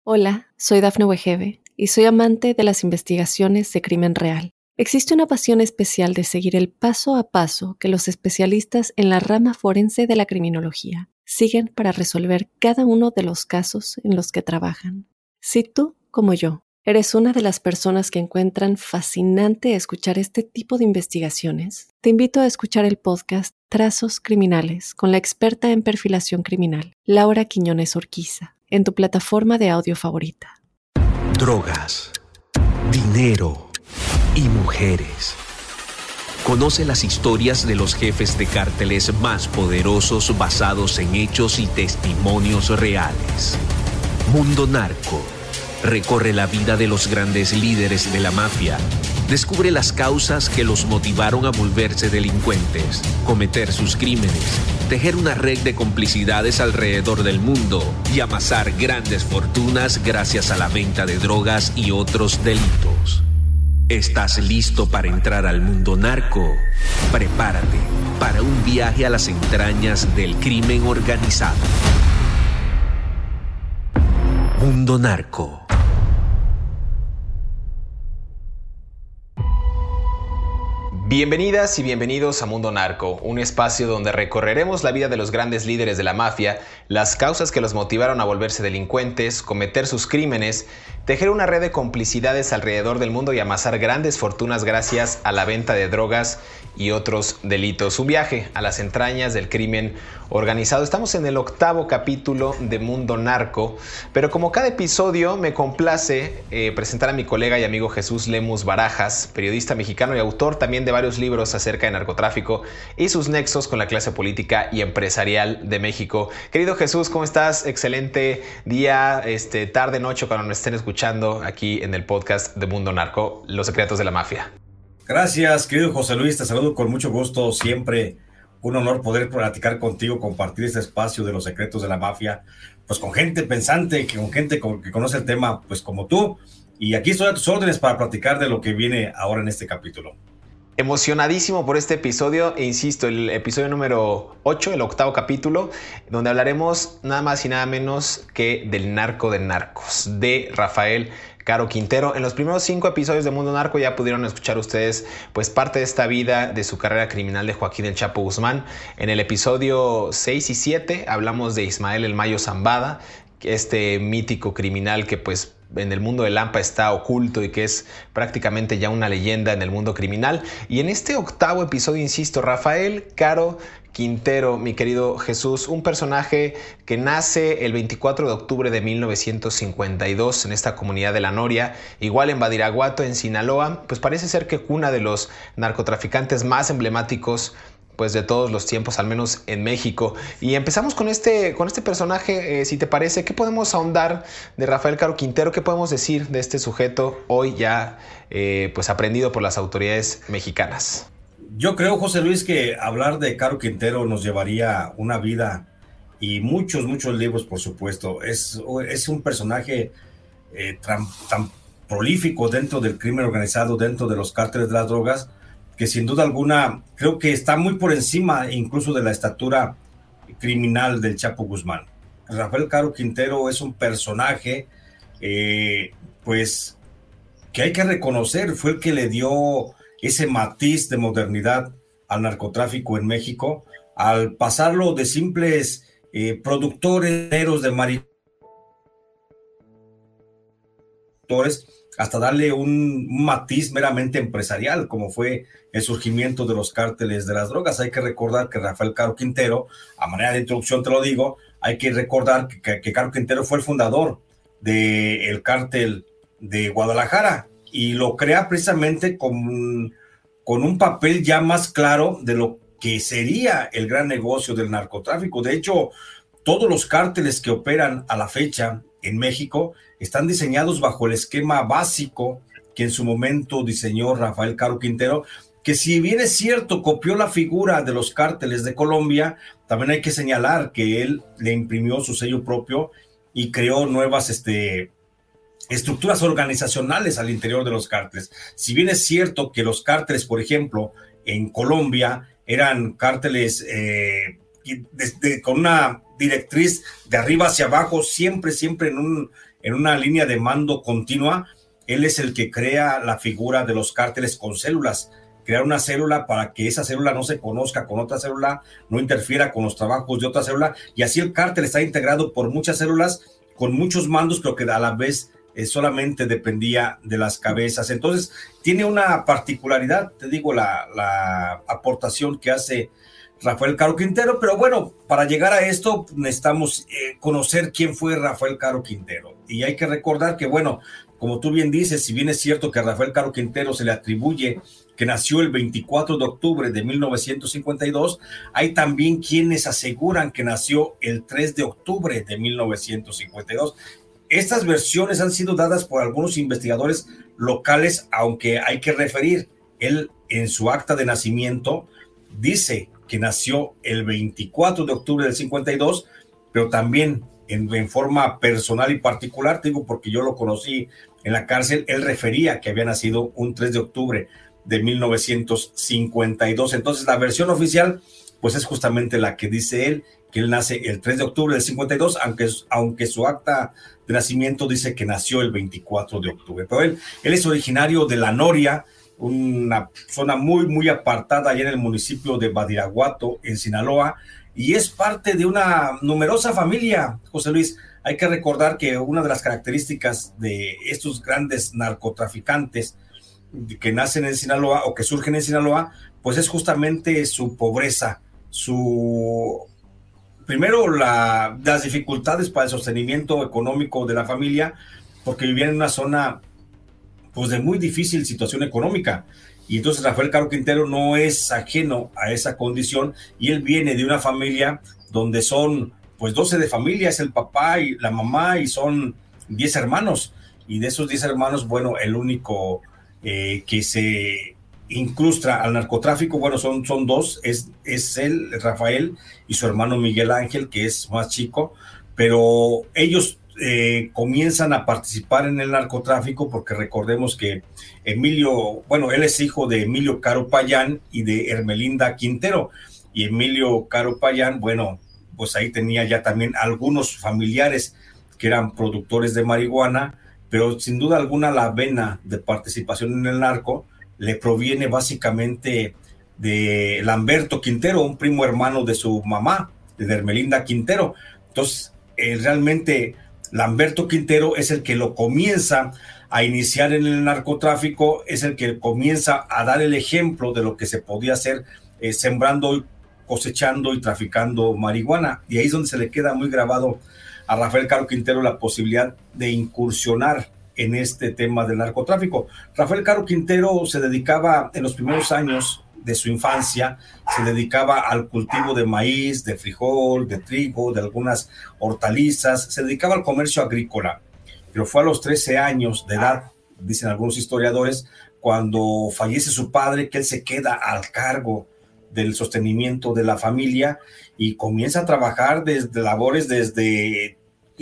Hola, soy Dafne Wegebe y soy amante de las investigaciones de crimen real. Existe una pasión especial de seguir el paso a paso que los especialistas en la rama forense de la criminología siguen para resolver cada uno de los casos en los que trabajan. Si tú, como yo, eres una de las personas que encuentran fascinante escuchar este tipo de investigaciones, te invito a escuchar el podcast Trazos Criminales con la experta en perfilación criminal, Laura Quiñones Orquiza, en tu plataforma de audio favorita. Drogas, dinero y mujeres. Conoce las historias de los jefes de cárteles más poderosos basados en hechos y testimonios reales. Mundo Narco. Recorre la vida de los grandes líderes de la mafia. Descubre las causas que los motivaron a volverse delincuentes, cometer sus crímenes, tejer una red de complicidades alrededor del mundo y amasar grandes fortunas gracias a la venta de drogas y otros delitos. ¿Estás listo para entrar al mundo narco? Prepárate para un viaje a las entrañas del crimen organizado. Mundo Narco. Bienvenidas y bienvenidos a Mundo Narco, un espacio donde recorreremos la vida de los grandes líderes de la mafia, las causas que los motivaron a volverse delincuentes, cometer sus crímenes, tejer una red de complicidades alrededor del mundo y amasar grandes fortunas gracias a la venta de drogas y otros delitos. Un viaje a las entrañas del crimen organizado. Estamos en el 8º capítulo de Mundo Narco, pero como cada episodio me complace presentar a mi colega y amigo Jesús Lemus Barajas, periodista mexicano y autor también de varios libros acerca de narcotráfico y sus nexos con la clase política y empresarial de México. Querido Jesús, ¿cómo estás? Excelente día, tarde, noche, cuando nos estén escuchando aquí en el podcast de Mundo Narco, Los Secretos de la Mafia. Gracias, querido José Luis, te saludo con mucho gusto, siempre un honor poder platicar contigo, compartir este espacio de los secretos de la mafia, pues con gente pensante, con gente que conoce el tema, pues como tú, y aquí estoy a tus órdenes para platicar de lo que viene ahora en este capítulo. Emocionadísimo por este episodio, e insisto, el episodio número 8, el 8º capítulo, donde hablaremos nada más y nada menos que del narco de narcos, de Rafael Caro Quintero. En los primeros 5 episodios de Mundo Narco ya pudieron escuchar ustedes pues parte de esta vida, de su carrera criminal de Joaquín El Chapo Guzmán. En el episodio 6 y 7 hablamos de Ismael El Mayo Zambada, este mítico criminal que pues en el mundo del Lampa está oculto y que es prácticamente ya una leyenda en el mundo criminal. Y en este 8º episodio, insisto, Rafael Caro Quintero, mi querido Jesús, un personaje que nace el 24 de octubre de 1952 en esta comunidad de La Noria, igual en Badiraguato, en Sinaloa, pues parece ser que cuna de los narcotraficantes más emblemáticos pues de todos los tiempos, al menos en México. Y empezamos con este personaje, si te parece. ¿Qué podemos ahondar de Rafael Caro Quintero? ¿Qué podemos decir de este sujeto hoy ya pues aprendido por las autoridades mexicanas? Yo creo, José Luis, que hablar de Caro Quintero nos llevaría una vida y muchos libros, por supuesto. Es un personaje tan prolífico dentro del crimen organizado, dentro de los cárteles de las drogas, que sin duda alguna creo que está muy por encima incluso de la estatura criminal del Chapo Guzmán. Rafael Caro Quintero es un personaje pues que hay que reconocer, fue el que le dio ese matiz de modernidad al narcotráfico en México, al pasarlo de simples productores de marihuana hasta darle un matiz meramente empresarial, como fue el surgimiento de los cárteles de las drogas. Hay que recordar que Rafael Caro Quintero, a manera de introducción te lo digo, hay que recordar que Caro Quintero fue el fundador del cártel de Guadalajara y lo crea precisamente con un papel ya más claro de lo que sería el gran negocio del narcotráfico. De hecho, todos los cárteles que operan a la fecha en México están diseñados bajo el esquema básico que en su momento diseñó Rafael Caro Quintero, que si bien es cierto copió la figura de los cárteles de Colombia, también hay que señalar que él le imprimió su sello propio y creó nuevas estructuras organizacionales al interior de los cárteles. Si bien es cierto que los cárteles, por ejemplo, en Colombia eran cárteles con una directriz de arriba hacia abajo, siempre en una línea de mando continua. Él es el que crea la figura de los cárteles con células, crear una célula para que esa célula no se conozca con otra célula, no interfiera con los trabajos de otra célula, y así el cártel está integrado por muchas células con muchos mandos, pero que a la vez solamente dependía de las cabezas. Entonces tiene una particularidad, te digo, la aportación que hace Rafael Caro Quintero. Pero bueno, para llegar a esto necesitamos conocer quién fue Rafael Caro Quintero, y hay que recordar que, bueno, como tú bien dices, si bien es cierto que a Rafael Caro Quintero se le atribuye que nació el 24 de octubre de 1952, hay también quienes aseguran que nació el 3 de octubre de 1952. Estas versiones han sido dadas por algunos investigadores locales, aunque hay que referir, él en su acta de nacimiento dice que nació el 24 de octubre del 52, pero también en forma personal y particular, te digo porque yo lo conocí en la cárcel, él refería que había nacido un 3 de octubre de 1952. Entonces la versión oficial pues es justamente la que dice él, que él nace el 3 de octubre del 52, aunque su acta de nacimiento dice que nació el 24 de octubre. Pero él es originario de La Noria, una zona muy, muy apartada allá en el municipio de Badiraguato, en Sinaloa, y es parte de una numerosa familia, José Luis. Hay que recordar que una de las características de estos grandes narcotraficantes que nacen en Sinaloa o que surgen en Sinaloa, pues es justamente su pobreza, primero las dificultades para el sostenimiento económico de la familia, porque vivían en una zona pues de muy difícil situación económica. Y entonces Rafael Caro Quintero no es ajeno a esa condición, y él viene de una familia donde son pues 12 de familia, es el papá y la mamá, y son 10 hermanos, y de esos 10 hermanos, bueno, el único que se incrustra al narcotráfico, bueno, son dos, es él, Rafael, y su hermano Miguel Ángel, que es más chico, pero ellos comienzan a participar en el narcotráfico porque recordemos que Emilio, bueno, él es hijo de Emilio Caro Payán y de Hermelinda Quintero, y Emilio Caro Payán, bueno, pues ahí tenía ya también algunos familiares que eran productores de marihuana, pero sin duda alguna la vena de participación en el narco le proviene básicamente de Lamberto Quintero, un primo hermano de su mamá, de Hermelinda Quintero. Entonces, realmente Lamberto Quintero es el que lo comienza a iniciar en el narcotráfico, es el que comienza a dar el ejemplo de lo que se podía hacer sembrando, cosechando y traficando marihuana. Y ahí es donde se le queda muy grabado a Rafael Caro Quintero la posibilidad de incursionar en este tema del narcotráfico. Rafael Caro Quintero se dedicaba en los primeros años de su infancia, se dedicaba al cultivo de maíz, de frijol, de trigo, de algunas hortalizas, se dedicaba al comercio agrícola, pero fue a los 13 años de edad, dicen algunos historiadores, cuando fallece su padre, que él se queda al cargo del sostenimiento de la familia y comienza a trabajar desde labores, desde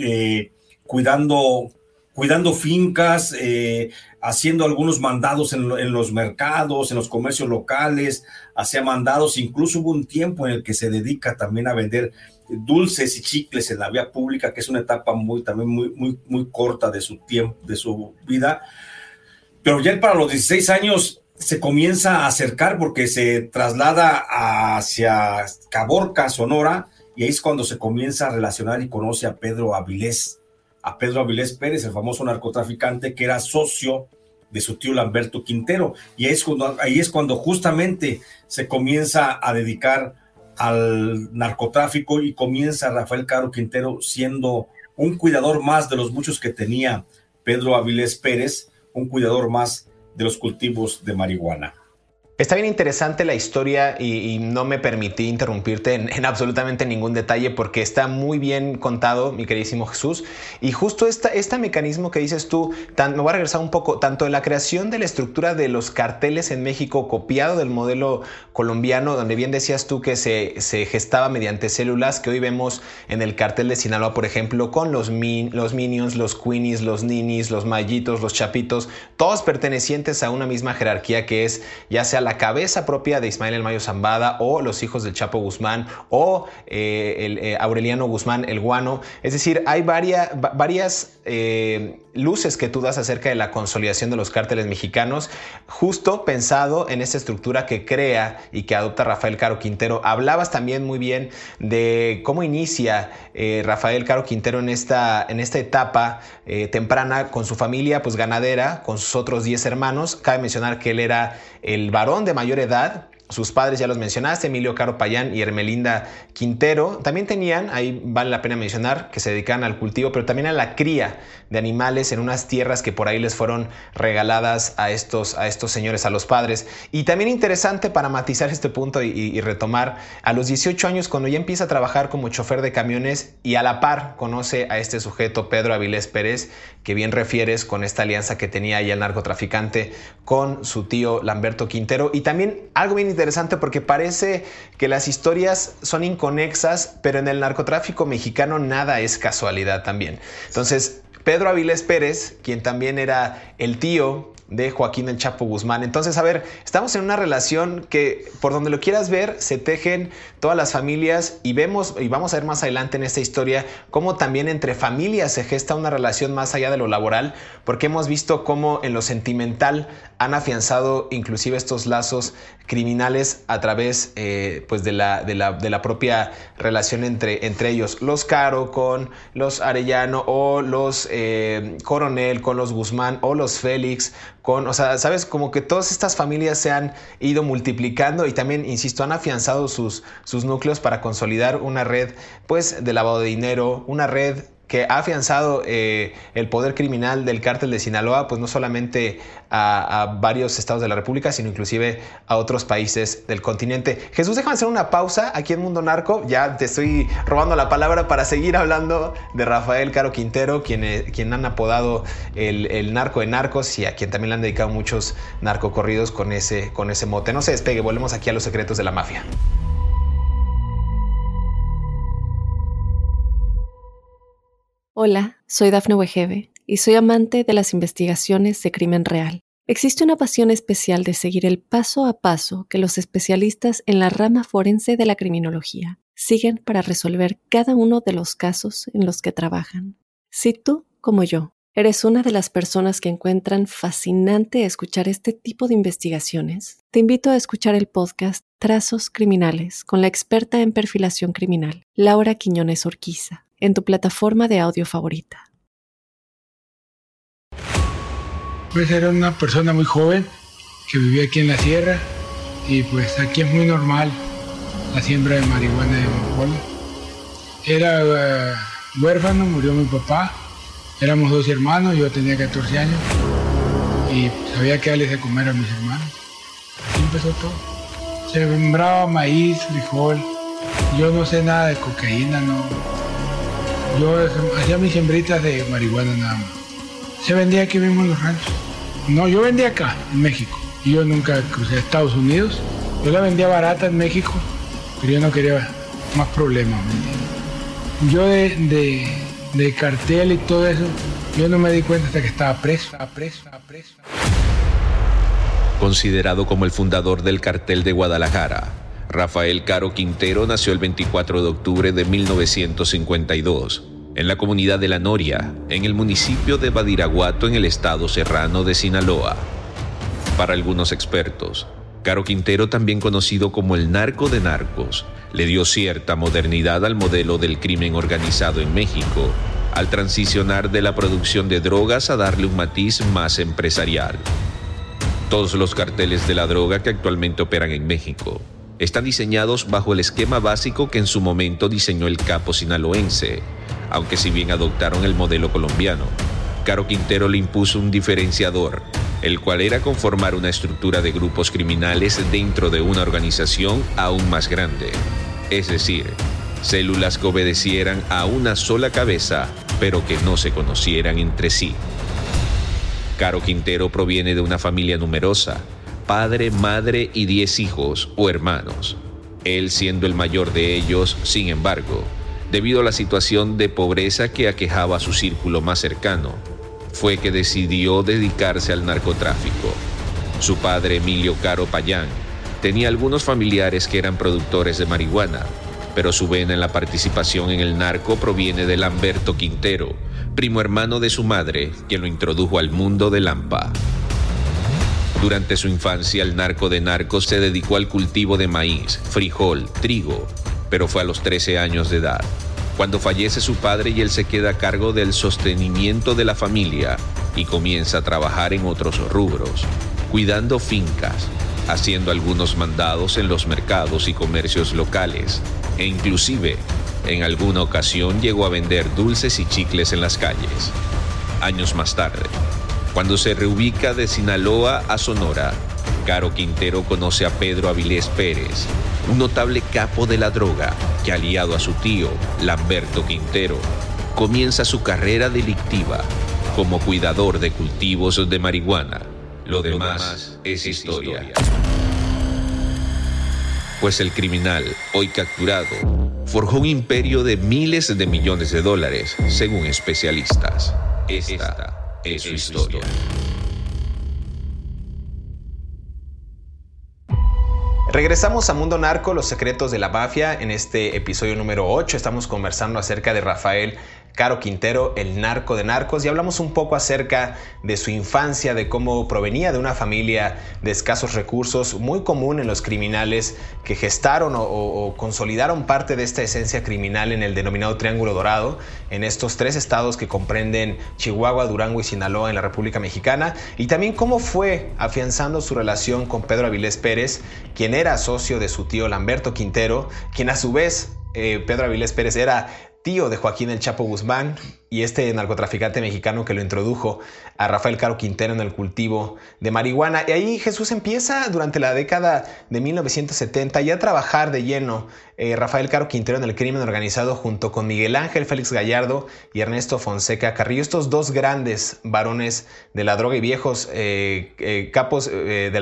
cuidando fincas, haciendo algunos mandados en los mercados, en los comercios locales, hacía mandados, incluso hubo un tiempo en el que se dedica también a vender dulces y chicles en la vía pública, que es una etapa muy corta de su tiempo, de su vida. Pero ya para los 16 años se comienza a acercar porque se traslada hacia Caborca, Sonora, y ahí es cuando se comienza a relacionar y conoce a Pedro Avilés Pérez, el famoso narcotraficante que era socio de su tío Lamberto Quintero, y ahí es cuando justamente se comienza a dedicar al narcotráfico y comienza Rafael Caro Quintero siendo un cuidador más de los muchos que tenía Pedro Avilés Pérez, un cuidador más de los cultivos de marihuana. Está bien interesante la historia y no me permití interrumpirte en absolutamente ningún detalle porque está muy bien contado, mi queridísimo Jesús. Y justo este mecanismo que dices tú, me voy a regresar un poco, tanto de la creación de la estructura de los carteles en México, copiado del modelo colombiano, donde bien decías tú que se gestaba mediante células, que hoy vemos en el cartel de Sinaloa, por ejemplo, con los Minions, los Queenies, los Ninis, los Mayitos, los Chapitos, todos pertenecientes a una misma jerarquía que es ya sea la la cabeza propia de Ismael El Mayo Zambada o los hijos del Chapo Guzmán o Aureliano Guzmán El Guano. Es decir, hay varias luces que tú das acerca de la consolidación de los cárteles mexicanos, justo pensado en esta estructura que crea y que adopta Rafael Caro Quintero. Hablabas también muy bien de cómo inicia Rafael Caro Quintero en esta etapa temprana con su familia pues ganadera, con sus otros 10 hermanos. Cabe mencionar que él era el varón de mayor edad. Sus padres ya los mencionaste, Emilio Caro Payán y Hermelinda Quintero. También tenían, ahí vale la pena mencionar, que se dedicaban al cultivo, pero también a la cría de animales en unas tierras que por ahí les fueron regaladas a estos señores, a los padres. Y también interesante para matizar este punto y retomar, a los 18 años, cuando ya empieza a trabajar como chofer de camiones y a la par conoce a este sujeto, Pedro Avilés Pérez, que bien refieres con esta alianza que tenía ahí el narcotraficante con su tío Lamberto Quintero. Y también algo bien interesante porque parece que las historias son inconexas, pero en el narcotráfico mexicano nada es casualidad también. Entonces, Pedro Avilés Pérez, quien también era el tío de Joaquín El Chapo Guzmán. Entonces, a ver, estamos en una relación que por donde lo quieras ver se tejen todas las familias y vemos, y vamos a ver más adelante en esta historia, cómo también entre familias se gesta una relación más allá de lo laboral, porque hemos visto cómo en lo sentimental han afianzado inclusive estos lazos criminales a través pues de la propia relación entre ellos. Los Caro con los Arellano o los Coronel con los Guzmán o los Félix o sea, sabes, como que todas estas familias se han ido multiplicando y también, insisto, han afianzado sus núcleos para consolidar una red pues de lavado de dinero, una red que ha afianzado el poder criminal del cártel de Sinaloa, pues no solamente a varios estados de la República, sino inclusive a otros países del continente. Jesús, déjame hacer una pausa aquí en Mundo Narco. Ya te estoy robando la palabra para seguir hablando de Rafael Caro Quintero, quien han apodado el narco de narcos y a quien también le han dedicado muchos narcocorridos con ese mote. No se despegue, volvemos aquí a los secretos de la mafia. Hola, soy Dafne Wegebe y soy amante de las investigaciones de crimen real. Existe una pasión especial de seguir el paso a paso que los especialistas en la rama forense de la criminología siguen para resolver cada uno de los casos en los que trabajan. Si tú, como yo, eres una de las personas que encuentran fascinante escuchar este tipo de investigaciones, te invito a escuchar el podcast Trazos Criminales con la experta en perfilación criminal, Laura Quiñones Orquiza, en tu plataforma de audio favorita. Pues era una persona muy joven que vivía aquí en la sierra y pues aquí es muy normal la siembra de marihuana de mi pueblo. Era huérfano, murió mi papá, éramos 2 hermanos, yo tenía 14 años y pues, había que darles de comer a mis hermanos. Así empezó todo. Se sembraba maíz, frijol, yo no sé nada de cocaína, no. Yo hacía mis sembritas de marihuana nada más. Se vendía aquí mismo en los ranchos. No, yo vendía acá, en México. Y yo nunca crucé a Estados Unidos. Yo la vendía barata en México, pero yo no quería más problemas, ¿me entiendes? Yo de cartel y todo eso, yo no me di cuenta hasta que estaba preso. Considerado como el fundador del cartel de Guadalajara, Rafael Caro Quintero nació el 24 de octubre de 1952 en la comunidad de La Noria, en el municipio de Badiraguato, en el estado serrano de Sinaloa. Para algunos expertos, Caro Quintero, también conocido como el narco de narcos, le dio cierta modernidad al modelo del crimen organizado en México, al transicionar de la producción de drogas a darle un matiz más empresarial. Todos los carteles de la droga que actualmente operan en México están diseñados bajo el esquema básico que en su momento diseñó el capo sinaloense, aunque si bien adoptaron el modelo colombiano, Caro Quintero le impuso un diferenciador, el cual era conformar una estructura de grupos criminales dentro de una organización aún más grande, es decir, células que obedecieran a una sola cabeza, pero que no se conocieran entre sí. Caro Quintero proviene de una familia numerosa, padre, madre y 10 hijos o hermanos. Él siendo el mayor de ellos, sin embargo, debido a la situación de pobreza que aquejaba a su círculo más cercano, fue que decidió dedicarse al narcotráfico. Su padre, Emilio Caro Payán, tenía algunos familiares que eran productores de marihuana, pero su vena en la participación en el narco proviene de Lamberto Quintero, primo hermano de su madre, quien lo introdujo al mundo de Lampa. Durante su infancia, el narco de narcos se dedicó al cultivo de maíz, frijol, trigo, pero fue a los 13 años de edad, cuando fallece su padre y él se queda a cargo del sostenimiento de la familia y comienza a trabajar en otros rubros, cuidando fincas, haciendo algunos mandados en los mercados y comercios locales, e inclusive, en alguna ocasión llegó a vender dulces y chicles en las calles. Años más tarde, cuando se reubica de Sinaloa a Sonora, Caro Quintero conoce a Pedro Avilés Pérez, un notable capo de la droga que, aliado a su tío, Lamberto Quintero, comienza su carrera delictiva como cuidador de cultivos de marihuana. Lo demás es historia. Pues el criminal, hoy capturado, forjó un imperio de miles de millones de dólares, según especialistas. Esta es su historia. Regresamos a Mundo Narco, los secretos de la mafia. En este episodio número 8 estamos conversando acerca de Rafael Caro Quintero, el narco de narcos, y hablamos un poco acerca de su infancia, de cómo provenía de una familia de escasos recursos, muy común en los criminales que gestaron o consolidaron parte de esta esencia criminal en el denominado Triángulo Dorado, en estos 3 estados que comprenden Chihuahua, Durango y Sinaloa en la República Mexicana, y también cómo fue afianzando su relación con Pedro Avilés Pérez, quien era socio de su tío Lamberto Quintero, quien a su vez, Pedro Avilés Pérez era tío de Joaquín El Chapo Guzmán, y este narcotraficante mexicano que lo introdujo a Rafael Caro Quintero en el cultivo de marihuana. Y ahí Jesús empieza durante la década de 1970 ya a trabajar de lleno Rafael Caro Quintero en el crimen organizado junto con Miguel Ángel Félix Gallardo y Ernesto Fonseca Carrillo, estos dos grandes varones de la droga y viejos capos de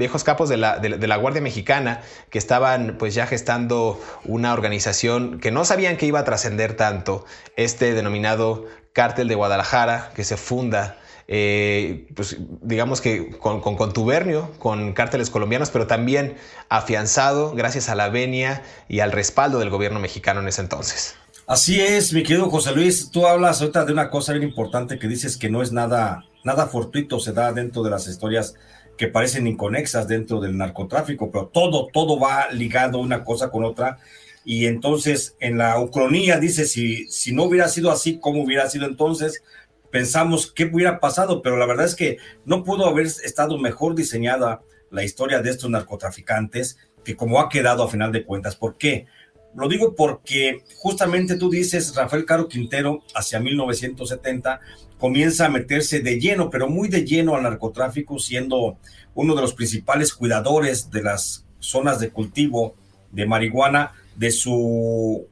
la Guardia Mexicana, que estaban pues ya gestando una organización que no sabían que iba a trascender tanto, este denominado Cártel de Guadalajara, que se funda pues digamos que con contubernio con cárteles colombianos, pero también afianzado gracias a la venia y al respaldo del gobierno mexicano en ese entonces. Así es, mi querido José Luis, tú hablas ahorita de una cosa bien importante que dices que no es nada fortuito, se da dentro de las historias que parecen inconexas dentro del narcotráfico, pero todo va ligado una cosa con otra. Y entonces en la ucronía dice, si no hubiera sido así, ¿cómo hubiera sido entonces? Pensamos qué hubiera pasado, pero la verdad es que no pudo haber estado mejor diseñada la historia de estos narcotraficantes que como ha quedado a final de cuentas. ¿Por qué? Lo digo porque justamente tú dices, Rafael Caro Quintero, hacia 1970, comienza a meterse de lleno, pero muy de lleno al narcotráfico, siendo uno de los principales cuidadores de las zonas de cultivo de marihuana, de su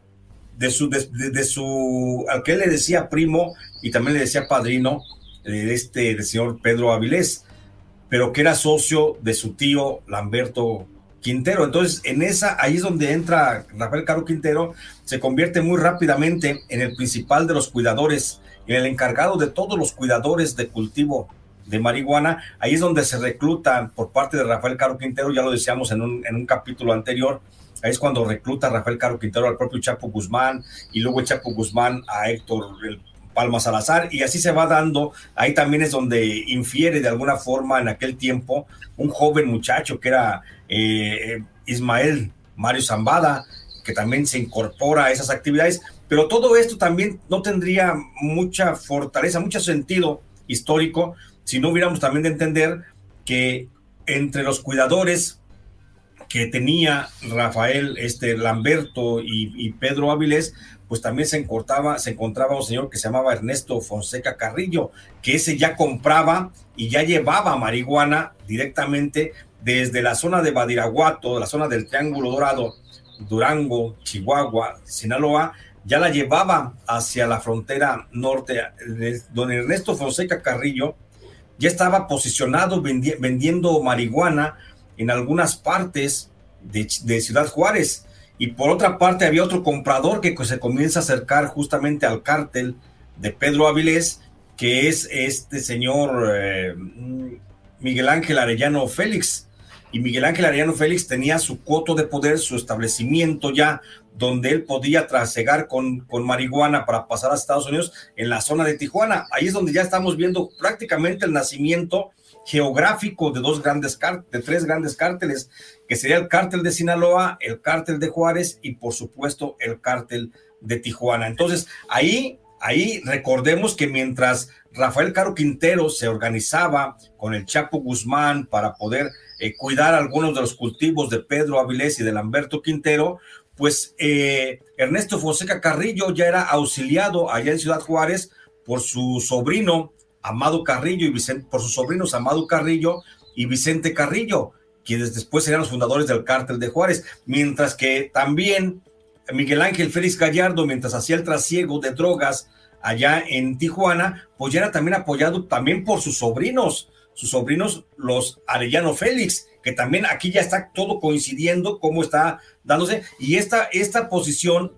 al que él le decía primo y también le decía padrino del señor Pedro Avilés, pero que era socio de su tío Lamberto Quintero. Entonces ahí es donde entra Rafael Caro Quintero, se convierte muy rápidamente en el principal de los cuidadores, en el encargado de todos los cuidadores de cultivo de marihuana. Ahí es donde se recluta por parte de Rafael Caro Quintero, ya lo decíamos en un capítulo anterior. Ahí es cuando recluta a Rafael Caro Quintero al propio Chapo Guzmán, y luego el Chapo Guzmán a Héctor Palma Salazar, y así se va dando. Ahí también es donde infiere de alguna forma en aquel tiempo un joven muchacho que era Ismael Mario Zambada, que también se incorpora a esas actividades, pero todo esto también no tendría mucha fortaleza, mucho sentido histórico, si no hubiéramos también de entender que entre los cuidadores que tenía Rafael, Lamberto y Pedro Avilés, pues también se encontraba un señor que se llamaba Ernesto Fonseca Carrillo, que ese ya compraba y ya llevaba marihuana directamente desde la zona de Badiraguato, la zona del Triángulo Dorado, Durango, Chihuahua, Sinaloa, ya la llevaba hacia la frontera norte. Don Ernesto Fonseca Carrillo ya estaba posicionado vendiendo marihuana en algunas partes de Ciudad Juárez, y por otra parte había otro comprador que se comienza a acercar justamente al cártel de Pedro Avilés, que es este señor Miguel Ángel Arellano Félix. Y Miguel Ángel Arellano Félix tenía su coto de poder, su establecimiento ya, donde él podía trasegar con marihuana para pasar a Estados Unidos en la zona de Tijuana. Ahí es donde ya estamos viendo prácticamente el nacimiento geográfico de tres grandes cárteles, que sería el cártel de Sinaloa, el cártel de Juárez y por supuesto el cártel de Tijuana. Entonces ahí recordemos que mientras Rafael Caro Quintero se organizaba con el Chapo Guzmán para poder cuidar algunos de los cultivos de Pedro Avilés y de Lamberto Quintero, pues Ernesto Fonseca Carrillo ya era auxiliado allá en Ciudad Juárez por su sobrino Amado Carrillo por sus sobrinos Amado Carrillo y Vicente Carrillo, quienes después serían los fundadores del cártel de Juárez, mientras que también Miguel Ángel Félix Gallardo, mientras hacía el trasiego de drogas allá en Tijuana, pues ya era también apoyado también por sus sobrinos los Arellano Félix, que también aquí ya está todo coincidiendo cómo está dándose, y esta posición,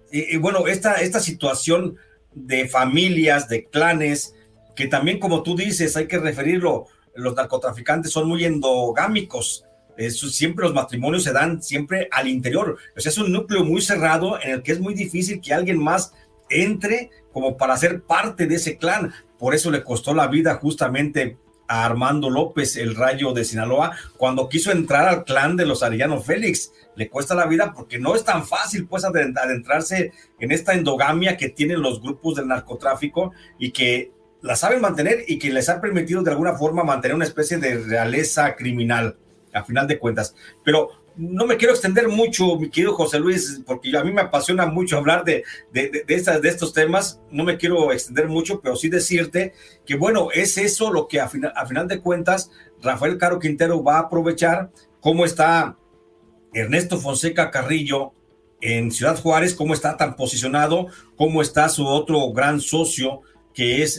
esta situación de familias, de clanes, que también, como tú dices, hay que referirlo, los narcotraficantes son muy endogámicos. Siempre los matrimonios se dan siempre al interior, o sea, es un núcleo muy cerrado en el que es muy difícil que alguien más entre como para ser parte de ese clan. Por eso le costó la vida justamente a Armando López, el Rayo de Sinaloa, cuando quiso entrar al clan de los Arellano Félix. Le cuesta la vida porque no es tan fácil pues adentrarse en esta endogamia que tienen los grupos del narcotráfico y que la saben mantener y que les ha permitido de alguna forma mantener una especie de realeza criminal, a final de cuentas. Pero no me quiero extender mucho, mi querido José Luis, porque a mí me apasiona mucho hablar de estos temas. No me quiero extender mucho, pero sí decirte que, bueno, es eso lo que a final de cuentas Rafael Caro Quintero va a aprovechar. Cómo está Ernesto Fonseca Carrillo en Ciudad Juárez, cómo está tan posicionado, cómo está su otro gran socio, que es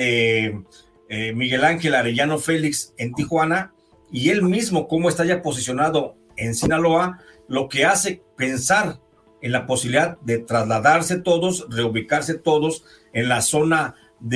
Miguel Ángel Arellano Félix en Tijuana, y él mismo cómo está ya posicionado en Sinaloa, lo que hace pensar en la posibilidad de trasladarse todos, reubicarse todos en la zona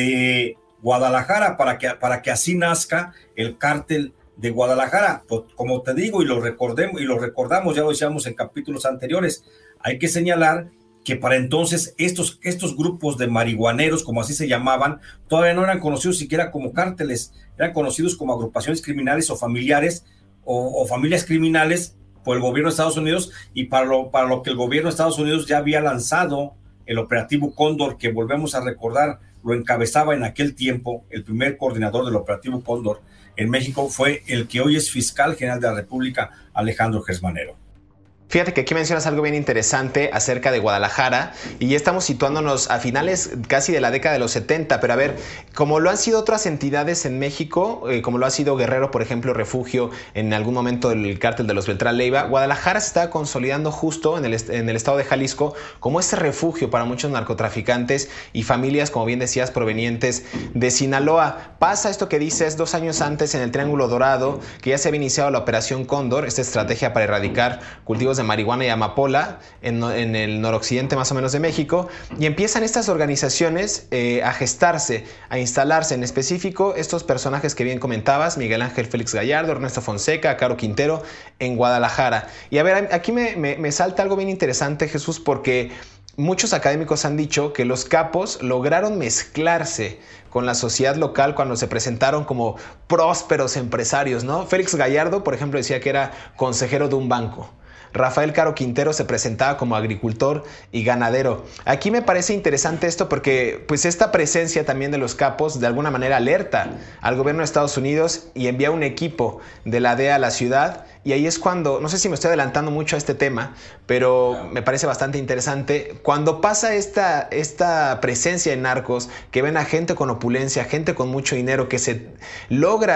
de Guadalajara para que así nazca el cártel de Guadalajara. Pues, como te digo, y lo recordamos, ya lo decíamos en capítulos anteriores, hay que señalar que para entonces estos grupos de marihuaneros, como así se llamaban, todavía no eran conocidos siquiera como cárteles, eran conocidos como agrupaciones criminales o familiares o familias criminales por el gobierno de Estados Unidos, y para lo que el gobierno de Estados Unidos ya había lanzado el operativo Cóndor, que volvemos a recordar, lo encabezaba en aquel tiempo el primer coordinador del operativo Cóndor en México, fue el que hoy es fiscal general de la República, Alejandro Gersmanero. Fíjate que aquí mencionas algo bien interesante acerca de Guadalajara, y ya estamos situándonos a finales casi de la década de los 70, pero a ver, como lo han sido otras entidades en México, como lo ha sido Guerrero, por ejemplo, refugio en algún momento del cártel de los Beltrán Leiva, Guadalajara se está consolidando justo en el estado de Jalisco como ese refugio para muchos narcotraficantes y familias, como bien decías, provenientes de Sinaloa. Pasa esto que dices 2 años antes en el Triángulo Dorado, que ya se había iniciado la Operación Cóndor, esta estrategia para erradicar cultivos de marihuana y amapola en el noroccidente más o menos de México, y empiezan estas organizaciones a gestarse, a instalarse, en específico estos personajes que bien comentabas, Miguel Ángel Félix Gallardo, Ernesto Fonseca, Caro Quintero, en Guadalajara. Y a ver, aquí me salta algo bien interesante, Jesús, porque muchos académicos han dicho que los capos lograron mezclarse con la sociedad local cuando se presentaron como prósperos empresarios, ¿no? Félix Gallardo, por ejemplo, decía que era consejero de un banco. Rafael Caro Quintero se presentaba como agricultor y ganadero. Aquí me parece interesante esto porque pues esta presencia también de los capos de alguna manera alerta al gobierno de Estados Unidos y envía un equipo de la DEA a la ciudad, y ahí es cuando, no sé si me estoy adelantando mucho a este tema, pero me parece bastante interesante, cuando pasa esta presencia de narcos que ven a gente con opulencia, gente con mucho dinero que se logra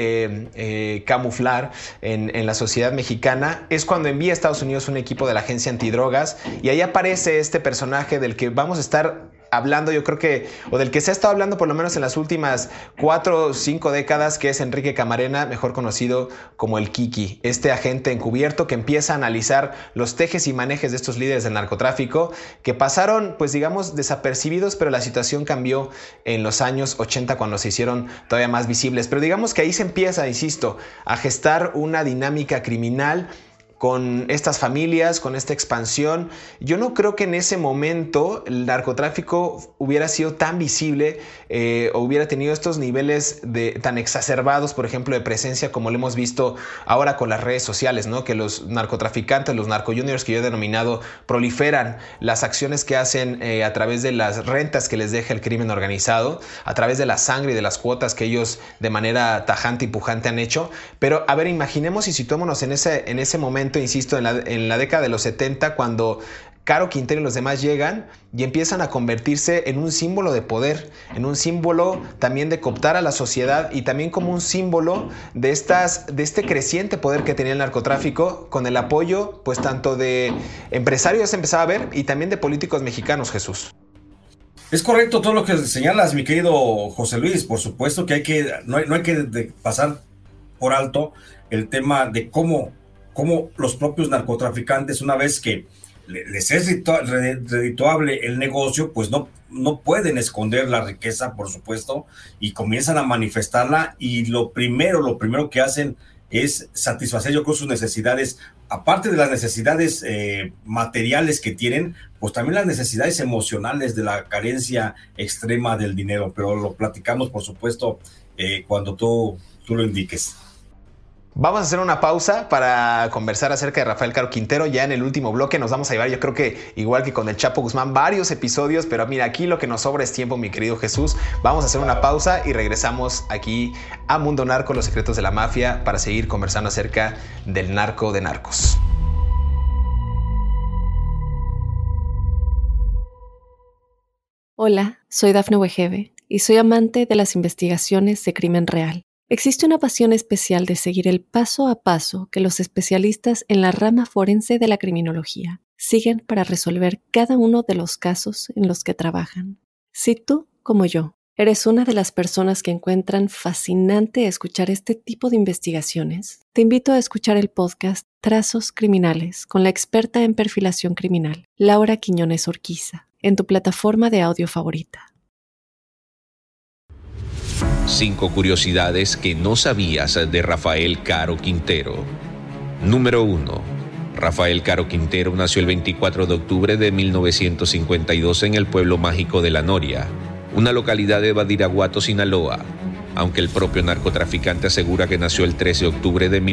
ahí camuflar en la sociedad mexicana, es cuando envía a Estados Unidos un equipo de la agencia antidrogas, y ahí aparece este personaje del que vamos a estar hablando, yo creo que, o del que se ha estado hablando por lo menos en las últimas 4 o 5 décadas, que es Enrique Camarena, mejor conocido como el Kiki, este agente encubierto que empieza a analizar los tejes y manejes de estos líderes del narcotráfico que pasaron, pues digamos, desapercibidos, pero la situación cambió en los años 80 cuando se hicieron todavía más visibles. Pero digamos que ahí se empieza, insisto, a gestar una dinámica criminal con estas familias, con esta expansión. Yo no creo que en ese momento el narcotráfico hubiera sido tan visible o hubiera tenido estos niveles tan exacerbados, por ejemplo, de presencia como lo hemos visto ahora con las redes sociales, ¿no? Que los narcotraficantes, los narcojuniors que yo he denominado, proliferan las acciones que hacen a través de las rentas que les deja el crimen organizado, a través de la sangre y de las cuotas que ellos de manera tajante y pujante han hecho. Pero, a ver, imaginemos y situémonos en ese momento, insisto, en la década de los 70, cuando Caro Quintero y los demás llegan y empiezan a convertirse en un símbolo de poder, en un símbolo también de cooptar a la sociedad y también como un símbolo de este creciente poder que tenía el narcotráfico, con el apoyo pues tanto de empresarios, se empezaba a ver, y también de políticos mexicanos, Jesús. Es correcto todo lo que señalas, mi querido José Luis. Por supuesto que no hay que pasar por alto el tema de cómo los propios narcotraficantes, una vez que les es redituable el negocio, pues no pueden esconder la riqueza, por supuesto, y comienzan a manifestarla, y lo primero que hacen es satisfacer, yo creo, sus necesidades, aparte de las necesidades materiales que tienen, pues también las necesidades emocionales de la carencia extrema del dinero, pero lo platicamos, por supuesto, cuando tú lo indiques. Vamos a hacer una pausa para conversar acerca de Rafael Caro Quintero. Ya en el último bloque nos vamos a llevar, yo creo que igual que con el Chapo Guzmán, varios episodios, pero mira, aquí lo que nos sobra es tiempo, mi querido Jesús. Vamos a hacer una pausa y regresamos aquí a Mundo Narco, los secretos de la mafia, para seguir conversando acerca del narco de narcos. Hola, soy Dafne Wegebe y soy amante de las investigaciones de crimen real. Existe una pasión especial de seguir el paso a paso que los especialistas en la rama forense de la criminología siguen para resolver cada uno de los casos en los que trabajan. Si tú, como yo, eres una de las personas que encuentran fascinante escuchar este tipo de investigaciones, te invito a escuchar el podcast Trazos Criminales con la experta en perfilación criminal, Laura Quiñones Orquiza, en tu plataforma de audio favorita. 5 curiosidades que no sabías de Rafael Caro Quintero. Número 1. Rafael Caro Quintero nació el 24 de octubre de 1952 en el pueblo mágico de La Noria, una localidad de Badiraguato, Sinaloa, aunque el propio narcotraficante asegura que nació el 13 de octubre de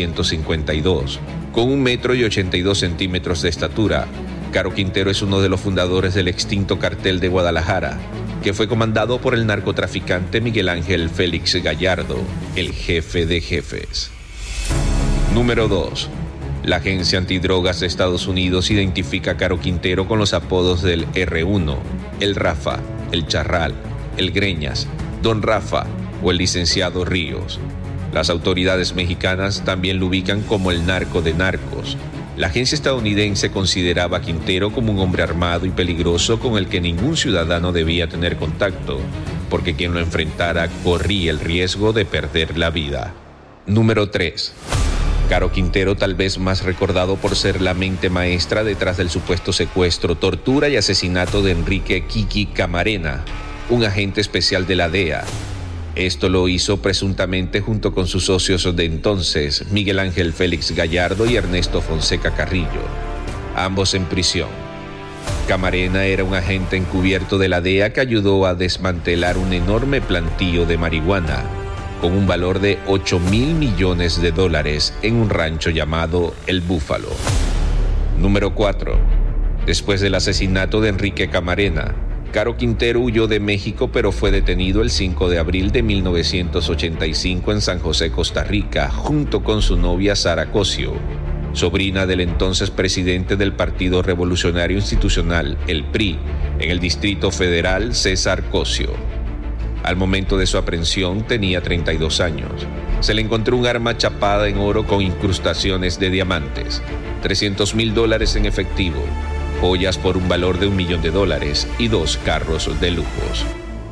1952. Con 1,82 m de estatura, Caro Quintero es uno de los fundadores del extinto Cartel de Guadalajara, que fue comandado por el narcotraficante Miguel Ángel Félix Gallardo, el jefe de jefes. Número 2. La Agencia Antidrogas de Estados Unidos identifica a Caro Quintero con los apodos del R1, el Rafa, el Charral, el Greñas, Don Rafa o el licenciado Ríos. Las autoridades mexicanas también lo ubican como el narco de narcos. La agencia estadounidense consideraba a Quintero como un hombre armado y peligroso con el que ningún ciudadano debía tener contacto, porque quien lo enfrentara corría el riesgo de perder la vida. Número 3. Caro Quintero, tal vez más recordado por ser la mente maestra detrás del supuesto secuestro, tortura y asesinato de Enrique Kiki Camarena, un agente especial de la DEA. Esto lo hizo presuntamente junto con sus socios de entonces, Miguel Ángel Félix Gallardo y Ernesto Fonseca Carrillo, ambos en prisión. Camarena era un agente encubierto de la DEA que ayudó a desmantelar un enorme plantío de marihuana, con un valor de $8,000 millones en un rancho llamado El Búfalo. Número 4. Después del asesinato de Enrique Camarena, Caro Quintero huyó de México, pero fue detenido el 5 de abril de 1985 en San José, Costa Rica, junto con su novia Sara Cosio, sobrina del entonces presidente del Partido Revolucionario Institucional, el PRI, en el Distrito Federal, César Cosio. Al momento de su aprehensión tenía 32 años. Se le encontró un arma chapada en oro con incrustaciones de diamantes, $300,000 en efectivo, joyas por un valor de $1 millón y 2 carros de lujos.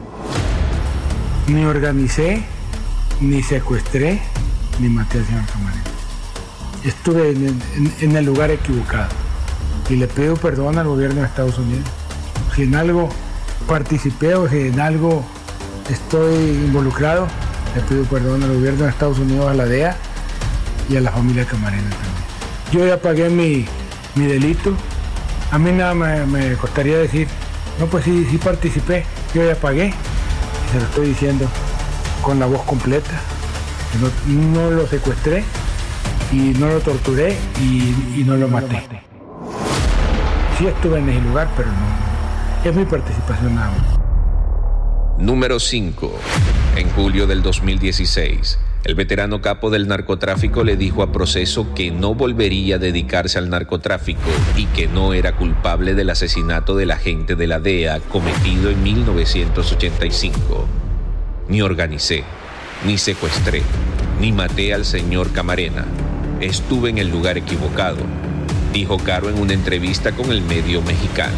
Ni organicé, ni secuestré, ni maté al señor Camarena. Estuve en el lugar equivocado y le pido perdón al gobierno de Estados Unidos. Si en algo participé o si en algo estoy involucrado, le pido perdón al gobierno de Estados Unidos, a la DEA y a la familia Camarena también. Yo ya pagué mi delito. A mí nada me costaría decir, no, pues sí participé, yo ya pagué. Y se lo estoy diciendo con la voz completa. No lo secuestré y no lo torturé y no lo maté. Sí estuve en ese lugar, pero no. Es mi participación nada más. Número 5. En julio del 2016, el veterano capo del narcotráfico le dijo a Proceso que no volvería a dedicarse al narcotráfico y que no era culpable del asesinato del agente de la DEA cometido en 1985. Ni organicé, ni secuestré, ni maté al señor Camarena. Estuve en el lugar equivocado, dijo Caro en una entrevista con el medio mexicano.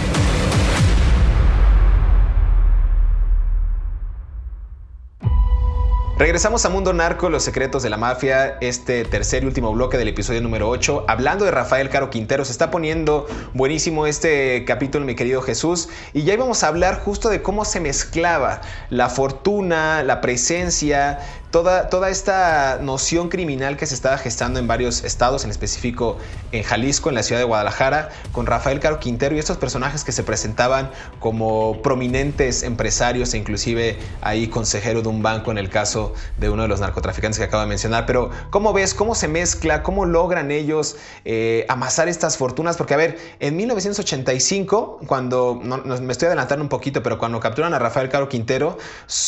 Regresamos a Mundo Narco, los secretos de la mafia, este tercer y último bloque del episodio número 8. Hablando de Rafael Caro Quintero, se está poniendo buenísimo este capítulo, mi querido Jesús. Y ya íbamos a hablar justo de cómo se mezclaba la fortuna, la presencia, toda esta noción criminal que se estaba gestando en varios estados, en específico en Jalisco, en la ciudad de Guadalajara, con Rafael Caro Quintero y estos personajes que se presentaban como prominentes empresarios e inclusive ahí consejero de un banco en el caso de uno de los narcotraficantes que acabo de mencionar. Pero ¿cómo ves? ¿Cómo se mezcla? ¿Cómo logran ellos amasar estas fortunas? Porque a ver, en 1985, cuando, me estoy adelantando un poquito, pero cuando capturan a Rafael Caro Quintero,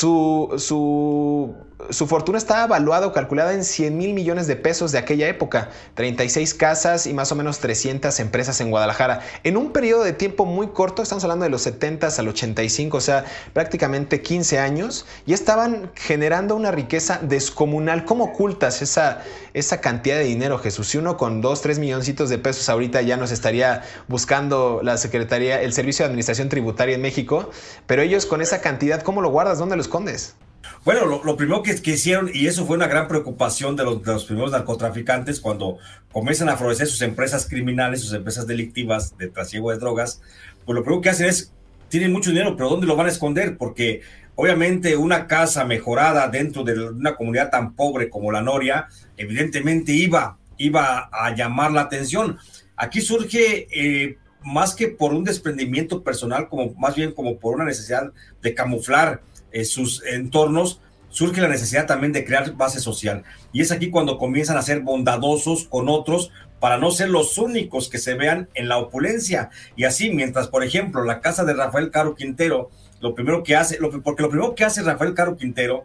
su fortuna estaba evaluada o calculada en 100,000 millones de pesos de aquella época, 36 casas y más o menos 300 empresas en Guadalajara. En un periodo de tiempo muy corto, estamos hablando de los 70s al 85, o sea, prácticamente 15 años, y estaban generando una riqueza descomunal. ¿Cómo ocultas esa cantidad de dinero, Jesús? Si uno con 2-3 milloncitos de pesos ahorita ya nos estaría buscando la Secretaría, el Servicio de Administración Tributaria en México, pero ellos con esa cantidad, ¿cómo lo guardas? ¿Dónde lo escondes? Bueno, lo primero que hicieron, y eso fue una gran preocupación de los primeros narcotraficantes cuando comienzan a florecer sus empresas criminales, sus empresas delictivas de trasiego de drogas, pues lo primero que hacen es, tienen mucho dinero, pero ¿dónde lo van a esconder? Porque obviamente una casa mejorada dentro de una comunidad tan pobre como la Noria, evidentemente iba a llamar la atención. Aquí surge más que por un desprendimiento personal, como más bien como por una necesidad de camuflar sus entornos, surge la necesidad también de crear base social. Y es aquí cuando comienzan a ser bondadosos con otros para no ser los únicos que se vean en la opulencia. Y así, mientras, por ejemplo, la casa de Rafael Caro Quintero, lo primero que hace Rafael Caro Quintero,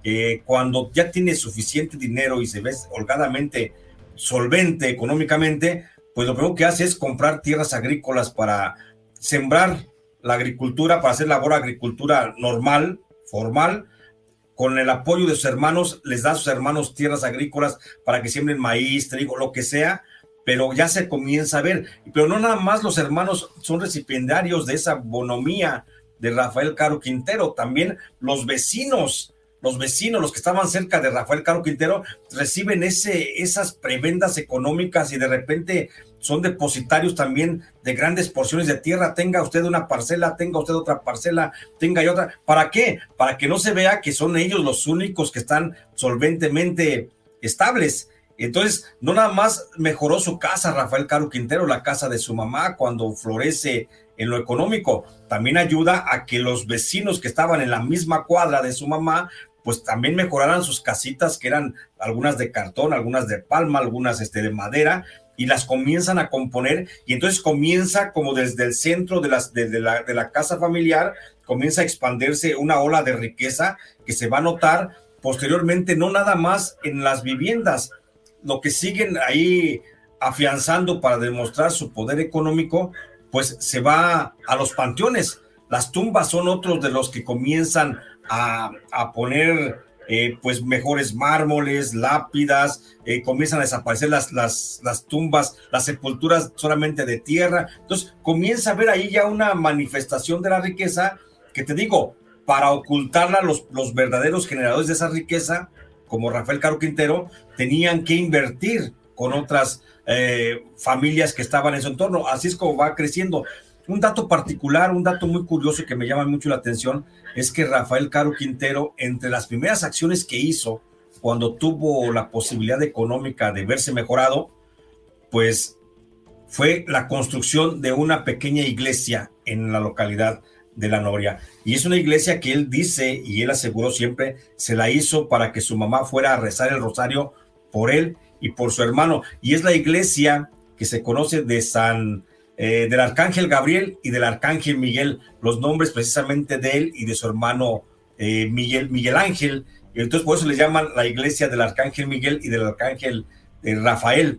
cuando ya tiene suficiente dinero y se ve holgadamente solvente económicamente, pues lo primero que hace es comprar tierras agrícolas para sembrar la agricultura, para hacer labor agricultura normal, formal. Con el apoyo de sus hermanos, les da a sus hermanos tierras agrícolas para que siembren maíz, trigo, lo que sea, pero ya se comienza a ver. Pero no nada más los hermanos son recipiendarios de esa bonomía de Rafael Caro Quintero, también los vecinos, los que estaban cerca de Rafael Caro Quintero, reciben esas prebendas económicas y de repente son depositarios también de grandes porciones de tierra. Tenga usted una parcela, tenga usted otra parcela, tenga y otra. ¿Para qué? Para que no se vea que son ellos los únicos que están solventemente estables. Entonces, no nada más mejoró su casa Rafael Caro Quintero, la casa de su mamá, cuando florece en lo económico, también ayuda a que los vecinos que estaban en la misma cuadra de su mamá, pues también mejoraran sus casitas, que eran algunas de cartón, algunas de palma, algunas de madera, y las comienzan a componer, y entonces comienza como desde el centro de la casa familiar, comienza a expandirse una ola de riqueza que se va a notar posteriormente, no nada más en las viviendas, lo que siguen ahí afianzando para demostrar su poder económico, pues se va a los panteones. Las tumbas son otros de los que comienzan a poner pues mejores mármoles, lápidas, comienzan a desaparecer las tumbas, las sepulturas solamente de tierra. Entonces comienza a haber ahí ya una manifestación de la riqueza que, te digo, para ocultarla los verdaderos generadores de esa riqueza, como Rafael Caro Quintero, tenían que invertir con otras familias que estaban en su entorno. Así es como va creciendo. Un dato particular, un dato muy curioso que me llama mucho la atención, es que Rafael Caro Quintero, entre las primeras acciones que hizo cuando tuvo la posibilidad económica de verse mejorado, pues fue la construcción de una pequeña iglesia en la localidad de La Noria. Y es una iglesia que él dice, y él aseguró siempre, se la hizo para que su mamá fuera a rezar el rosario por él y por su hermano. Y es la iglesia que se conoce del Arcángel Gabriel y del Arcángel Miguel, los nombres precisamente de él y de su hermano Miguel Ángel. Y entonces por eso le llaman la iglesia del Arcángel Miguel y del Arcángel Rafael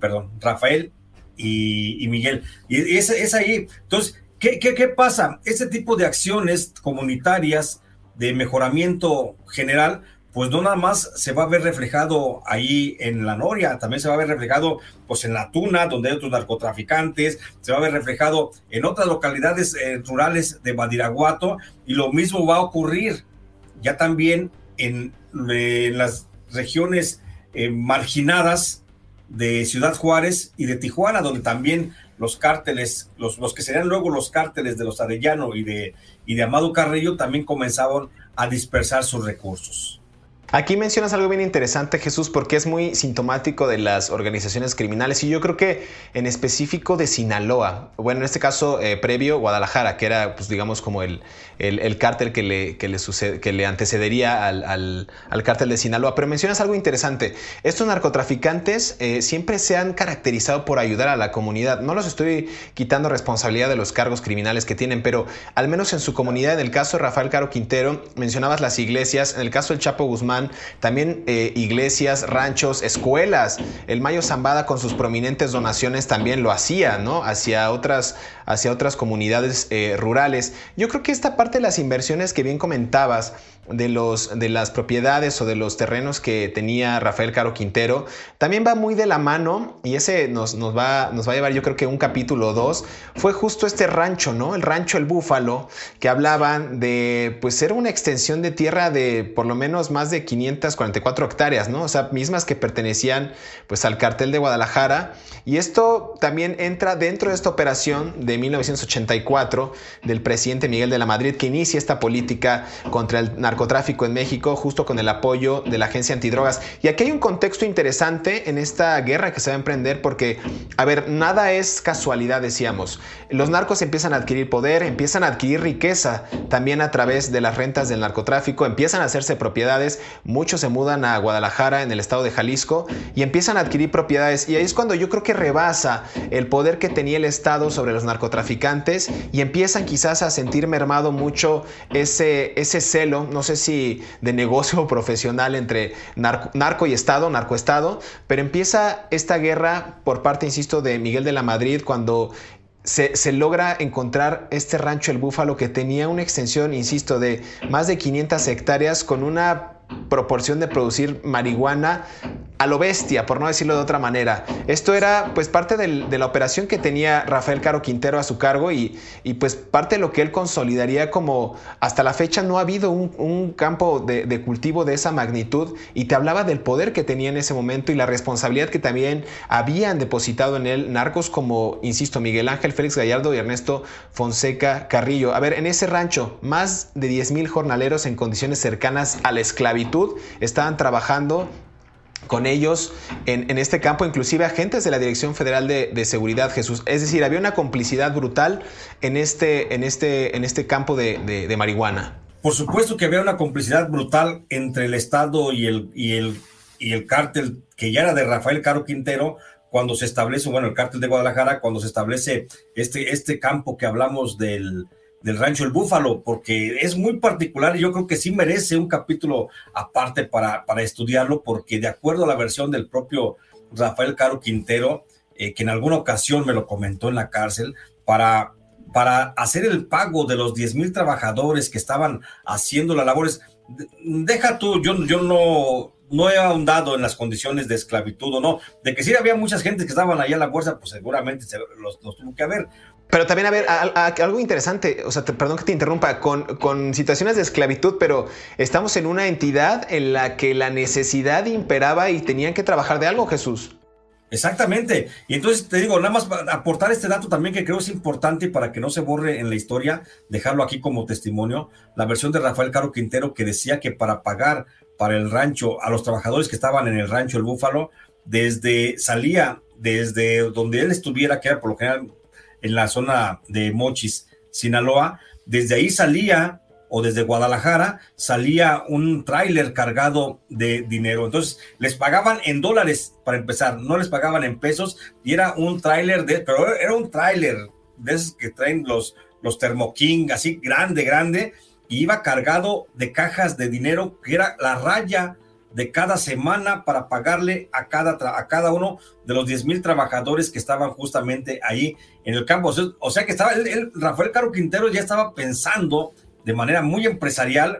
y Miguel. Y es ahí. Entonces, ¿qué pasa? Este tipo de acciones comunitarias de mejoramiento general, pues no nada más se va a ver reflejado ahí en La Noria, también se va a ver reflejado pues en La Tuna, donde hay otros narcotraficantes, se va a ver reflejado en otras localidades rurales de Badiraguato, y lo mismo va a ocurrir ya también en las regiones marginadas de Ciudad Juárez y de Tijuana, donde también los cárteles, los que serían luego los cárteles de los Arellano y de Amado Carrillo, también comenzaban a dispersar sus recursos. Aquí mencionas algo bien interesante, Jesús, porque es muy sintomático de las organizaciones criminales, y yo creo que en específico de Sinaloa, bueno, en este caso previo Guadalajara, que era, pues digamos, como el cártel que le antecedería al cártel de Sinaloa. Pero mencionas algo interesante. Estos narcotraficantes siempre se han caracterizado por ayudar a la comunidad. No los estoy quitando responsabilidad de los cargos criminales que tienen, pero al menos en su comunidad, en el caso de Rafael Caro Quintero, mencionabas las iglesias, en el caso del Chapo Guzmán, también iglesias, ranchos, escuelas. El Mayo Zambada con sus prominentes donaciones también lo hacía, ¿no? Hacia otras comunidades rurales. Yo creo que esta parte de las inversiones que bien comentabas, de las propiedades o de los terrenos que tenía Rafael Caro Quintero, también va muy de la mano, y ese nos va a llevar, yo creo que un capítulo o dos, fue justo este rancho, ¿no? El rancho El Búfalo, que hablaban de, pues, ser una extensión de tierra de por lo menos más de 544 hectáreas, ¿no? O sea, mismas que pertenecían, pues, al cartel de Guadalajara. Y esto también entra dentro de esta operación de 1984 del presidente Miguel de la Madrid, que inicia esta política contra el narcotráfico en México, justo con el apoyo de la Agencia Antidrogas. Y aquí hay un contexto interesante en esta guerra que se va a emprender, porque, a ver, nada es casualidad, decíamos. Los narcos empiezan a adquirir poder, empiezan a adquirir riqueza también a través de las rentas del narcotráfico, empiezan a hacerse propiedades, muchos se mudan a Guadalajara, en el estado de Jalisco, y empiezan a adquirir propiedades, y ahí es cuando yo creo que rebasa el poder que tenía el Estado sobre los narcotraficantes, y empiezan quizás a sentir mermado mucho ese celo, no sé si de negocio o profesional, entre narco y Estado, narcoestado, pero empieza esta guerra por parte, insisto, de Miguel de la Madrid, cuando se logra encontrar este rancho El Búfalo, que tenía una extensión, insisto, de más de 500 hectáreas, con una proporción de producir marihuana a lo bestia, por no decirlo de otra manera. Esto era, pues, parte de la operación que tenía Rafael Caro Quintero a su cargo, y pues parte de lo que él consolidaría como, hasta la fecha no ha habido un campo de cultivo de esa magnitud, y te hablaba del poder que tenía en ese momento y la responsabilidad que también habían depositado en él narcos como, insisto, Miguel Ángel Félix Gallardo y Ernesto Fonseca Carrillo. A ver, en ese rancho, más de 10,000 jornaleros en condiciones cercanas a la esclavitud estaban trabajando con ellos en este campo, inclusive agentes de la Dirección Federal de Seguridad, Jesús. Es decir, había una complicidad brutal en este campo de marihuana. Por supuesto que había una complicidad brutal entre el Estado y el cártel, que ya era de Rafael Caro Quintero, cuando se establece, bueno, el cártel de Guadalajara, cuando se establece este campo que hablamos del rancho El Búfalo, porque es muy particular, y yo creo que sí merece un capítulo aparte para estudiarlo, porque de acuerdo a la versión del propio Rafael Caro Quintero, que en alguna ocasión me lo comentó en la cárcel, para hacer el pago de los 10,000 trabajadores que estaban haciendo las labores, deja tú, yo no he ahondado en las condiciones de esclavitud o no. De que sí había muchas gentes que estaban allá a la fuerza, pues seguramente los tuvo que haber. Pero también, a ver, algo interesante, o sea, perdón que te interrumpa, con situaciones de esclavitud, pero estamos en una entidad en la que la necesidad imperaba y tenían que trabajar de algo, Jesús. Exactamente. Y entonces te digo, nada más para aportar este dato también que creo es importante para que no se borre en la historia, dejarlo aquí como testimonio, la versión de Rafael Caro Quintero que decía que para pagar para el rancho a los trabajadores que estaban en el rancho El Búfalo, salía desde donde él estuviera, que era por lo general en la zona de Mochis, Sinaloa, desde ahí salía, o desde Guadalajara, salía un tráiler cargado de dinero. Entonces, les pagaban en dólares para empezar, no les pagaban en pesos, y era un tráiler pero era un tráiler de esos que traen los Thermo King, así grande, y iba cargado de cajas de dinero, que era la raya de cada semana para pagarle a cada uno de los 10,000 trabajadores que estaban justamente ahí en el campo. O sea que estaba Rafael Caro Quintero ya estaba pensando de manera muy empresarial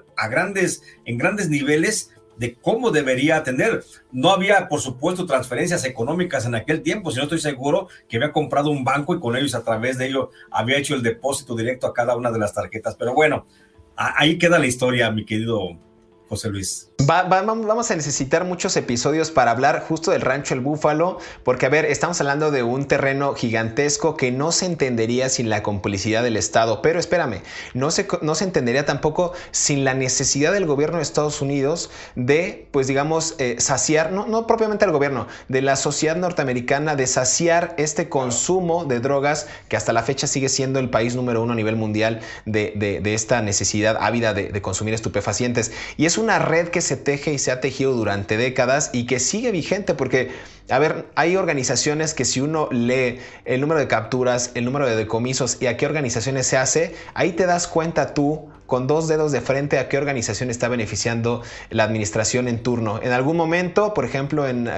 en grandes niveles de cómo debería atender. No había, por supuesto, transferencias económicas en aquel tiempo, sino estoy seguro que había comprado un banco y con ellos, a través de ello, había hecho el depósito directo a cada una de las tarjetas. Pero bueno, ahí queda la historia, mi querido José Luis. Vamos a necesitar muchos episodios para hablar justo del rancho El Búfalo, porque, a ver, estamos hablando de un terreno gigantesco que no se entendería sin la complicidad del Estado, pero espérame, no se entendería tampoco sin la necesidad del gobierno de Estados Unidos de, pues digamos, saciar, no propiamente al gobierno, de la sociedad norteamericana, de saciar este consumo de drogas que hasta la fecha sigue siendo el país número 1 a nivel mundial de esta necesidad ávida de consumir estupefacientes. Y es una red que se teje y se ha tejido durante décadas y que sigue vigente porque, a ver, hay organizaciones que si uno lee el número de capturas, el número de decomisos y a qué organizaciones se hace, ahí te das cuenta tú con 2 dedos de frente a qué organización está beneficiando la administración en turno. En algún momento, por ejemplo, en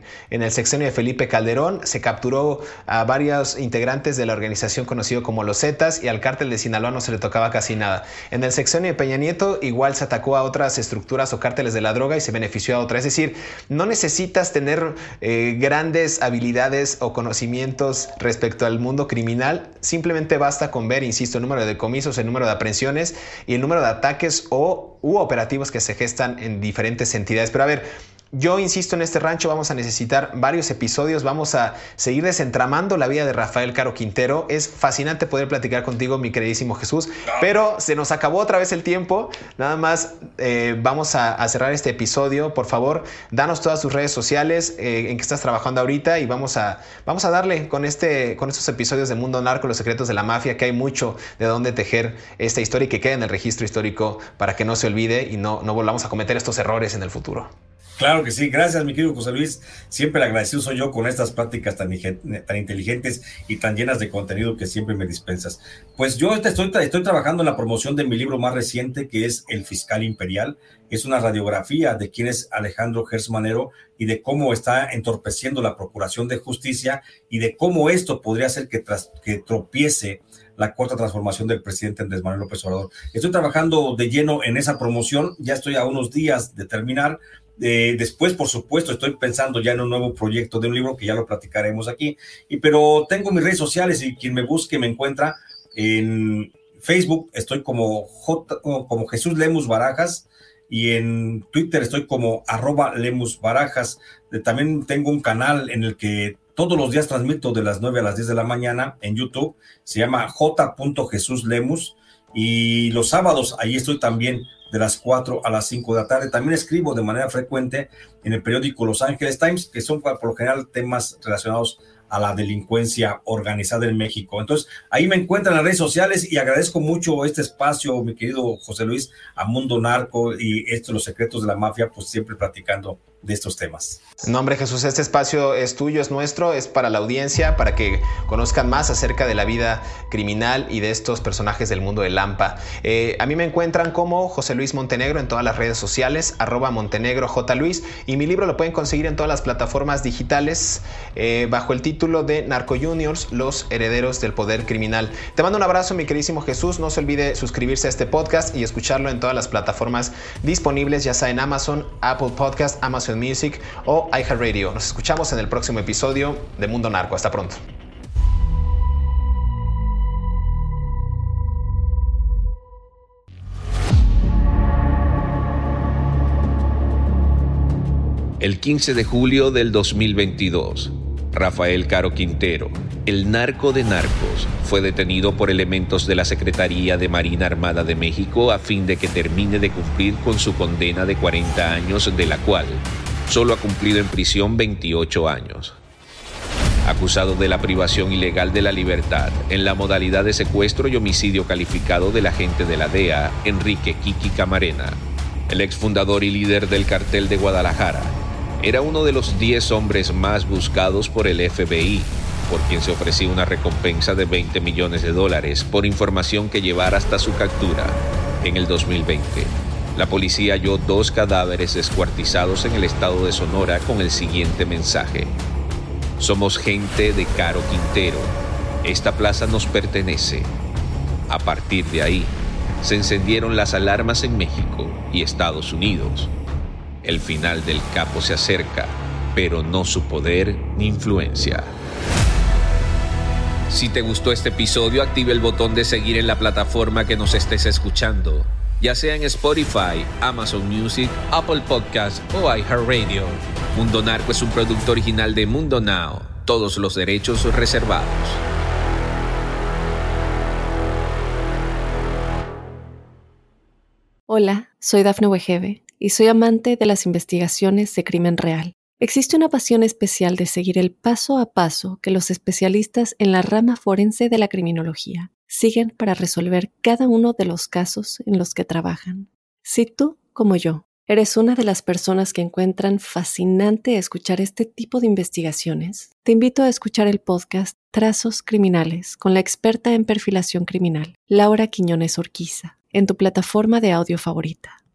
el sexenio de Felipe Calderón, se capturó a varios integrantes de la organización conocida como los Zetas y al cártel de Sinaloa no se le tocaba casi nada. En el sexenio de Peña Nieto, igual se atacó a otras estructuras o cárteles de la droga y se benefició a otras. Es decir, no necesitas tener grandes habilidades o conocimientos respecto al mundo criminal, simplemente basta con ver, insisto, el número de decomisos, el número de aprehensiones y el número de ataques u operativos que se gestan en diferentes entidades. Pero a ver, yo insisto, en este rancho vamos a necesitar varios episodios, vamos a seguir desentramando la vida de Rafael Caro Quintero. Es fascinante poder platicar contigo, mi queridísimo Jesús, pero se nos acabó otra vez el tiempo. Nada más vamos a cerrar este episodio. Por favor, danos todas tus redes sociales, en que estás trabajando ahorita, y vamos a darle con estos episodios de Mundo Narco, los secretos de la mafia, que hay mucho de dónde tejer esta historia y que quede en el registro histórico para que no se olvide y no volvamos a cometer estos errores en el futuro. Claro que sí, gracias mi querido José Luis, siempre el agradecido soy yo con estas pláticas tan inteligentes y tan llenas de contenido que siempre me dispensas. Pues yo estoy trabajando en la promoción de mi libro más reciente, que es El Fiscal Imperial. Es una radiografía de quién es Alejandro Gertz Manero y de cómo está entorpeciendo la Procuración de Justicia y de cómo esto podría hacer que tropiece la cuarta transformación del presidente Andrés Manuel López Obrador. Estoy trabajando de lleno en esa promoción, ya estoy a unos días de terminar. Después, por supuesto, estoy pensando ya en un nuevo proyecto de un libro que ya lo platicaremos aquí, pero tengo mis redes sociales y quien me busque me encuentra en Facebook, estoy como Jesús Lemus Barajas, y en Twitter estoy como @LemusBarajas. También tengo un canal en el que todos los días transmito de las 9 a las 10 de la mañana en YouTube, se llama J.JesusLemus, y los sábados ahí estoy también de las 4 a las 5 de la tarde. También escribo de manera frecuente en el periódico Los Angeles Times, que son por lo general temas relacionados a la delincuencia organizada en México. Entonces, ahí me encuentran en las redes sociales y agradezco mucho este espacio, mi querido José Luis, a Mundo Narco y los secretos de la mafia, pues siempre platicando de estos temas. No, hombre, Jesús, este espacio es tuyo, es nuestro, es para la audiencia, para que conozcan más acerca de la vida criminal y de estos personajes del mundo del Lampa. A mí me encuentran como José Luis Montenegro en todas las redes sociales, @MontenegroJLuis, y mi libro lo pueden conseguir en todas las plataformas digitales bajo el título capítulo de Narco Juniors, los herederos del poder criminal. Te mando un abrazo, mi queridísimo Jesús. No se olvide suscribirse a este podcast y escucharlo en todas las plataformas disponibles, ya sea en Amazon, Apple Podcast, Amazon Music o iHeartRadio. Nos escuchamos en el próximo episodio de Mundo Narco. Hasta pronto. El 15 de julio del 2022, Rafael Caro Quintero, el narco de narcos, fue detenido por elementos de la Secretaría de Marina Armada de México a fin de que termine de cumplir con su condena de 40 años, de la cual solo ha cumplido en prisión 28 años. Acusado de la privación ilegal de la libertad en la modalidad de secuestro y homicidio calificado del agente de la DEA, Enrique Kiki Camarena, el exfundador y líder del cartel de Guadalajara, era uno de los 10 hombres más buscados por el FBI, por quien se ofrecía una recompensa de $20 millones por información que llevara hasta su captura. En el 2020, la policía halló 2 cadáveres descuartizados en el estado de Sonora con el siguiente mensaje: somos gente de Caro Quintero, esta plaza nos pertenece. A partir de ahí, se encendieron las alarmas en México y Estados Unidos. El final del capo se acerca, pero no su poder ni influencia. Si te gustó este episodio, activa el botón de seguir en la plataforma que nos estés escuchando, ya sea en Spotify, Amazon Music, Apple Podcasts o iHeartRadio. Mundo Narco es un producto original de Mundo Now. Todos los derechos reservados. Hola, soy Dafne Wegebe y soy amante de las investigaciones de crimen real. Existe una pasión especial de seguir el paso a paso que los especialistas en la rama forense de la criminología siguen para resolver cada uno de los casos en los que trabajan. Si tú, como yo, eres una de las personas que encuentran fascinante escuchar este tipo de investigaciones, te invito a escuchar el podcast Trazos Criminales con la experta en perfilación criminal, Laura Quiñones Orquiza, en tu plataforma de audio favorita.